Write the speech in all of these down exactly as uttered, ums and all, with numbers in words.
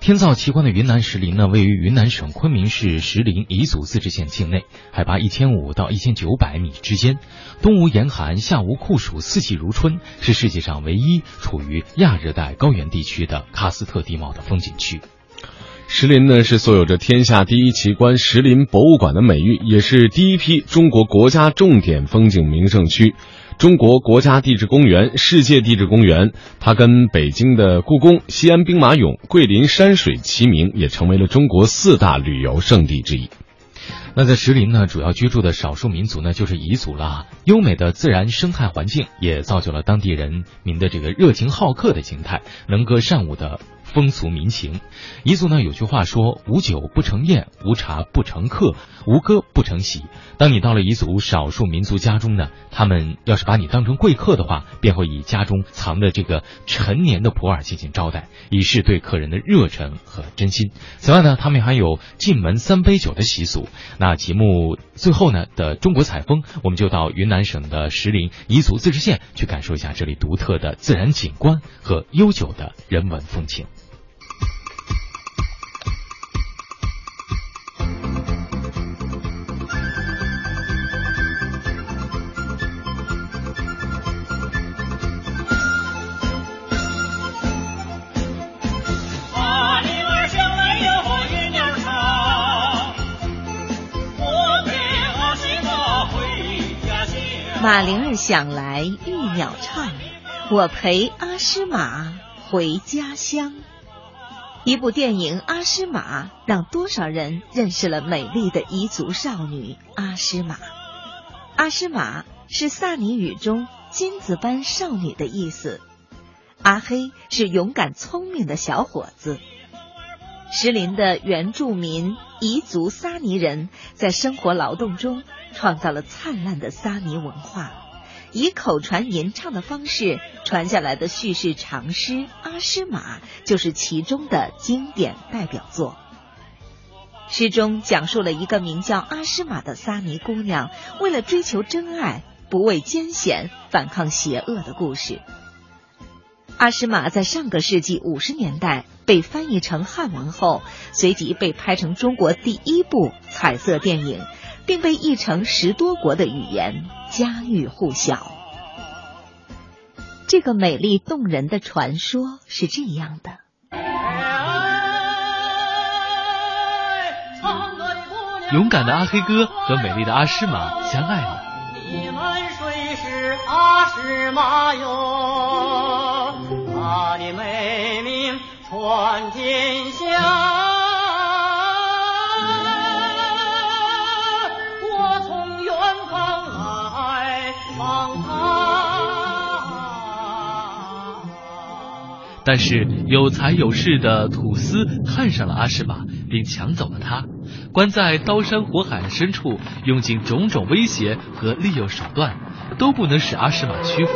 天造奇观的云南石林呢，位于云南省昆明市石林彝族自治县境内，海拔一千五到一千九百米之间，冬无严寒，夏无酷暑，四季如春，是世界上唯一处于亚热带高原地区的喀斯特地貌的风景区。 石林呢是素有着天下第一奇观石林博物馆的美誉，也是第一批中国国家重点风景名胜区。中国国家地质公园、世界地质公园，它跟北京的故宫、西安兵马俑、桂林山水齐名，也成为了中国四大旅游胜地之一。 那在石林呢，主要居住的少数民族呢就是彝族啦。优美的自然生态环境也造就了当地人民的这个热情好客的形态，能歌善舞的风俗民情。彝族呢有句话说，无酒不成宴，无茶不成客，无歌不成席。当你到了彝族少数民族家中呢，他们要是把你当成贵客的话，便会以家中藏的这个陈年的普洱进行招待，以示对客人的热忱和真心。此外呢，他们还有进门三杯酒的习俗。那节目最后呢的中国采风，我们就到云南省的石林彝族自治县去感受一下这里独特的自然景观和悠久的人文风情。 马铃儿响来玉鸟唱，我陪阿诗玛回家乡。一部电影《阿诗玛》让多少人认识了美丽的彝族少女阿诗玛。阿诗玛是萨尼语中金子般少女的意思，阿黑是勇敢聪明的小伙子。石林的原住民彝族撒尼人在生活劳动中创造了灿烂的撒尼文化，以口传吟唱的方式传下来的叙事长诗《阿诗玛》就是其中的经典代表作。诗中讲述了一个名叫阿诗玛的撒尼姑娘为了追求真爱，不畏艰险，反抗邪恶的故事。阿诗玛在上个世纪五十年代被翻译成汉文后，随即被拍成中国第一部彩色电影，并被译成十多国的语言，家喻户晓。这个美丽动人的传说是这样的： 勇敢的阿黑哥和美丽的阿诗玛相爱了。 你们谁是阿诗玛哟？她的美名传天下，我从远方来访她。 但是有才有势的土司看上了阿诗玛，并抢走了她，关在刀山火海的深处，用尽种种威胁和利诱手段，都不能使阿诗玛屈服。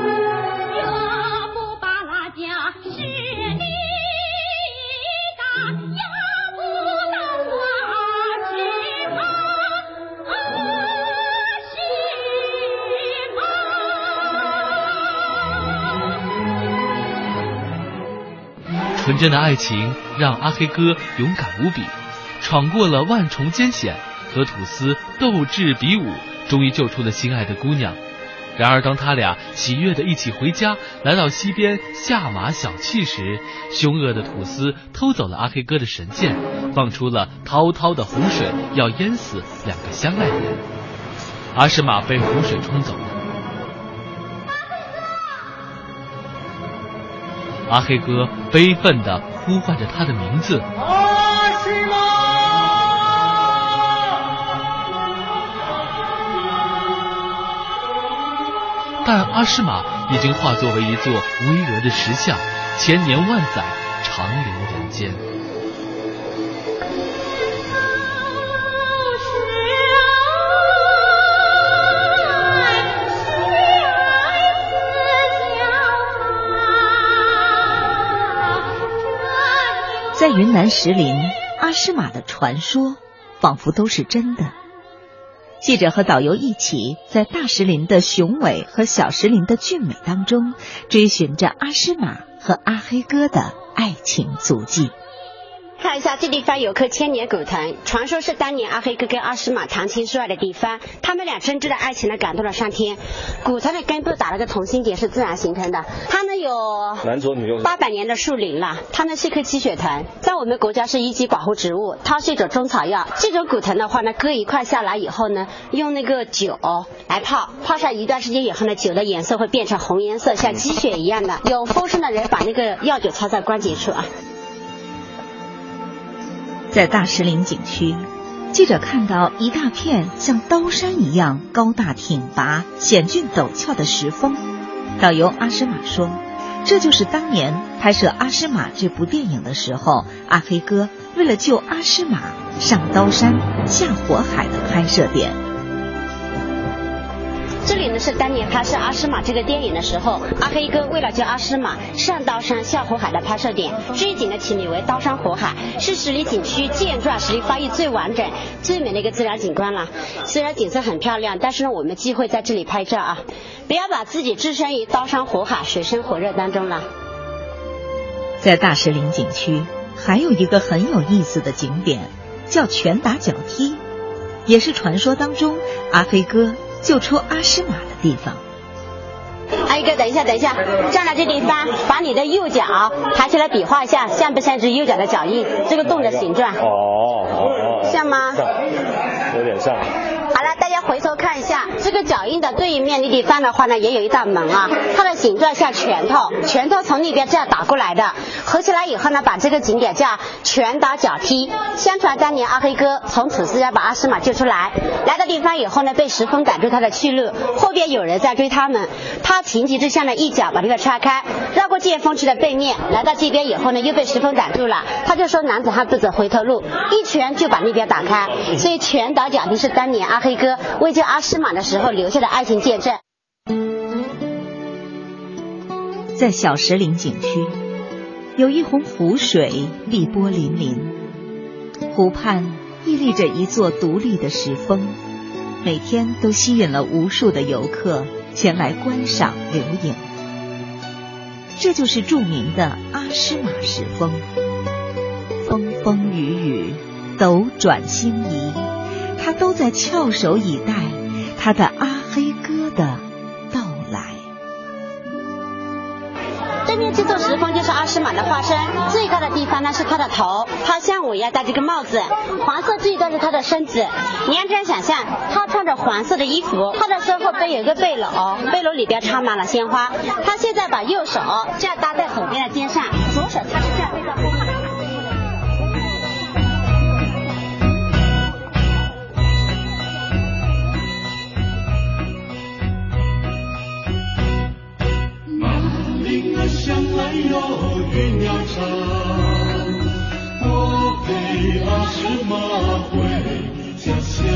纯真的爱情让阿黑哥勇敢无比，闯过了万重艰险，和土司斗智比武，终于救出了心爱的姑娘。然而当他俩喜悦地一起回家，来到溪边下马小憩时，凶恶的土司偷走了阿黑哥的神剑，放出了滔滔的洪水，要淹死两个相爱的人。阿诗玛被洪水冲走了，阿黑哥悲愤地呼唤着他的名字， 阿诗玛。 但阿诗玛已经化作为一座巍峨的石像，千年万载长留人间。 在云南石林，阿诗玛的传说仿佛都是真的。记者和导游一起在大石林的雄伟和小石林的俊美当中，追寻着阿诗玛和阿黑哥的爱情足迹。 看一下，这地方有棵千年古藤，传说是当年阿黑哥跟阿诗玛谈情说爱的地方，他们俩真挚的爱情呢感动了上天。古藤的根部打了个同心结，是自然形成的。它呢有男左女右， 八百年的树龄了。它呢是一棵积雪藤，在我们国家是一级保护植物，它是一种中草药。这种古藤的话呢，割一块下来以后呢，用那个酒来泡，泡上一段时间以后呢，酒的颜色会变成红颜色，像积雪一样的。有风湿的人把那个药酒擦在关节处啊。 在大石林景区，记者看到一大片像刀山一样高大挺拔、险峻陡峭的石峰。导游阿诗玛说，这就是当年拍摄《阿诗玛》这部电影的时候，阿黑哥为了救阿诗玛上刀山下火海的拍摄点。 这里呢是当年拍摄阿诗玛这个电影的时候，阿黑哥为了救阿诗玛上刀山下火海的拍摄点。这一景呢起名为刀山火海，是石林景区健壮、石林发育最完整、最美的一个自然景观了。虽然景色很漂亮，但是呢我们忌讳在这里拍照啊，不要把自己置身于刀山火海、水深火热当中了。 在大石林景区还有一个很有意思的景点，叫拳打脚踢，也是传说当中阿黑哥救出阿诗玛的地方。 阿一哥，等一下，等一下，站在这地方，把你的右脚抬起来比划一下，像不像只右脚的脚印？这个洞的形状。 哦哦， 像吗？ 有点像。 好了，大家回头看一下，这个脚印的对面的地方的话呢，也有一道门啊，它的形状像拳头，拳头从那边这样打过来的，合起来以后呢，把这个景点叫拳打脚踢。相传当年阿黑哥从此是要把阿诗玛救出来，来到地方以后呢，被石峰挡住他的去路，后边有人在追他们，他情急之下呢，一脚把这个叉开，绕过剑锋池的背面，来到这边以后呢，又被石峰挡住了，他就说男子汉不走回头路，一拳就把那边打开。所以拳打脚踢是当年阿黑哥为救阿诗玛的时候留下的爱情见证。 在小石林景区，有一泓湖水碧波粼粼，湖畔屹立着一座独立的石峰，每天都吸引了无数的游客前来观赏留影。这就是著名的阿诗玛石峰。风风雨雨，斗转星移，他都在翘首以待他的阿黑哥的到来。 对面这座石峰就是阿诗玛的化身，最高的地方呢是他的头，他像我一样戴这个帽子，黄色这一段是他的身子。你要这样想象，他穿着黄色的衣服，他的身后背有一个背篓，背篓里边插满了鲜花。他现在把右手这样搭在左边的肩上，左手他是这样背在后面。 向来有云鸟唱，我陪阿诗玛回家乡。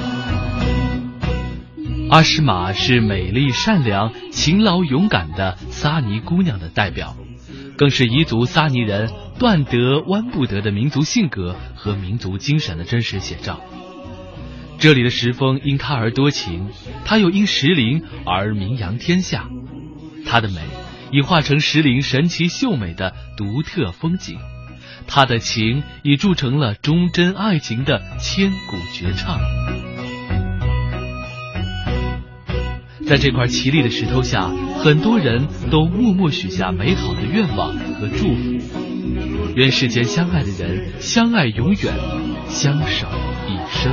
阿诗玛是美丽善良、勤劳勇敢的撒尼姑娘的代表，更是彝族撒尼人断得弯不得的民族性格和民族精神的真实写照。这里的石峰因它而多情，它又因石林而名扬天下，它的美已化成石林神奇秀美的独特风景，它的情已铸成了忠贞爱情的千古绝唱。在这块奇丽的石头下，很多人都默默许下美好的愿望和祝福，愿世间相爱的人相爱永远，相守一生。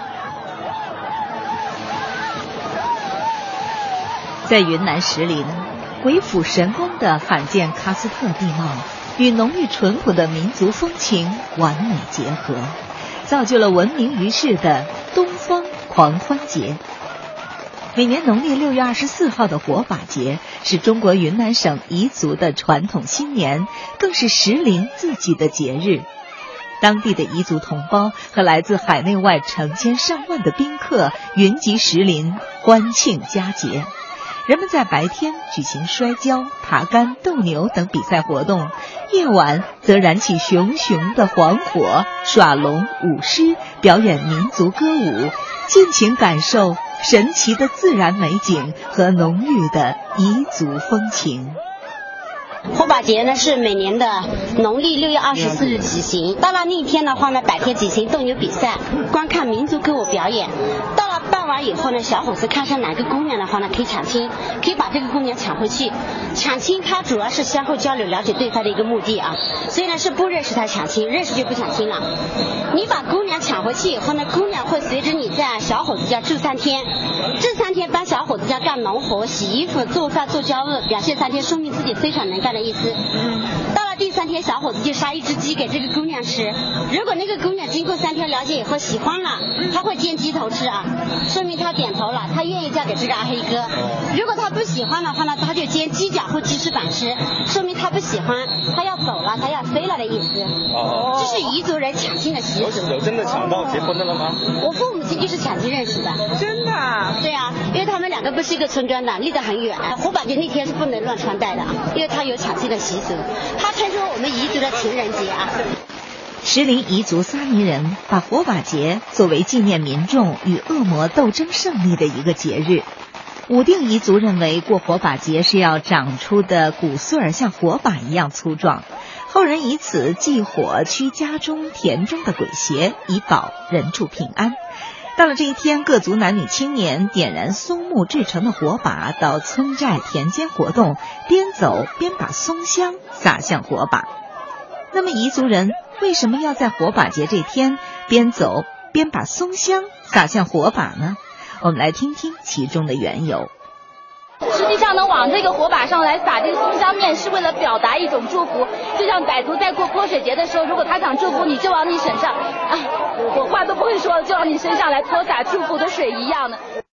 在云南石林，鬼斧神工的罕见喀斯特地貌与浓郁淳朴的民族风情完美结合，造就了闻名于世的东方狂欢节。每年农历六月二十四号的火把节是中国云南省彝族的传统新年，更是石林自己的节日。当地的彝族同胞和来自海内外成千上万的宾客云集石林，欢庆佳节。人们在白天举行摔跤、爬杆、斗牛等比赛活动，夜晚则燃起熊熊的黄火，耍龙舞狮，表演民族歌舞，尽情感受神奇的自然美景和浓郁的彝族风情。 火把节呢是每年的农历六月二十四日举行，到了那一天的话呢，白天举行斗牛比赛，观看民族歌舞表演。到了傍晚以后呢，小伙子看上哪个姑娘的话呢，可以抢亲，可以把这个姑娘抢回去。抢亲它主要是相互交流，了解对方的一个目的啊，所以呢是不认识才抢亲，认识就不抢亲了。你把姑娘抢回去以后呢，姑娘会随着你在小伙子家住三天，这三天帮小伙子家干农活、洗衣服、做饭、做家务，表现三天，说明自己非常能干的意思。到了第三天，小伙子就杀一只鸡给这个姑娘吃。如果那个姑娘经过三天了解以后喜欢了，她会煎鸡头吃啊，说明她点头了，她愿意嫁给这个阿黑哥。如果她不喜欢的话呢，她就煎鸡脚或鸡翅膀吃，说明她不喜欢，她要走了，她要飞了的意思。这是彝族人抢亲的习俗。 有真的抢到结婚的了吗？ 我父母亲就是抢亲认识的。 真的啊？ 对啊，因为他们两个不是一个村庄的，离得很远。火把节那天是不能乱穿戴的啊，因为他有抢亲的习俗，他称作我们彝族的情人节啊。 石林彝族撒尼人把火把节作为纪念民众与恶魔斗争胜利的一个节日。武定彝族认为过火把节是要长出的谷穗儿像火把一样粗壮，后人以此祭火驱家中田中的鬼邪，以保人畜平安。到了这一天，各族男女青年点燃松木制成的火把，到村寨田间活动，边走边把松香撒向火把。那么彝族人为什么要在火把节这天边走边把松香撒向火把呢？我们来听听其中的缘由。 实际上呢，往这个火把上来撒这个松香面，是为了表达一种祝福。就像傣族在过泼水节的时候，如果他想祝福你，就往你身上，啊，我话都不会说了，就往你身上来泼洒祝福的水一样的。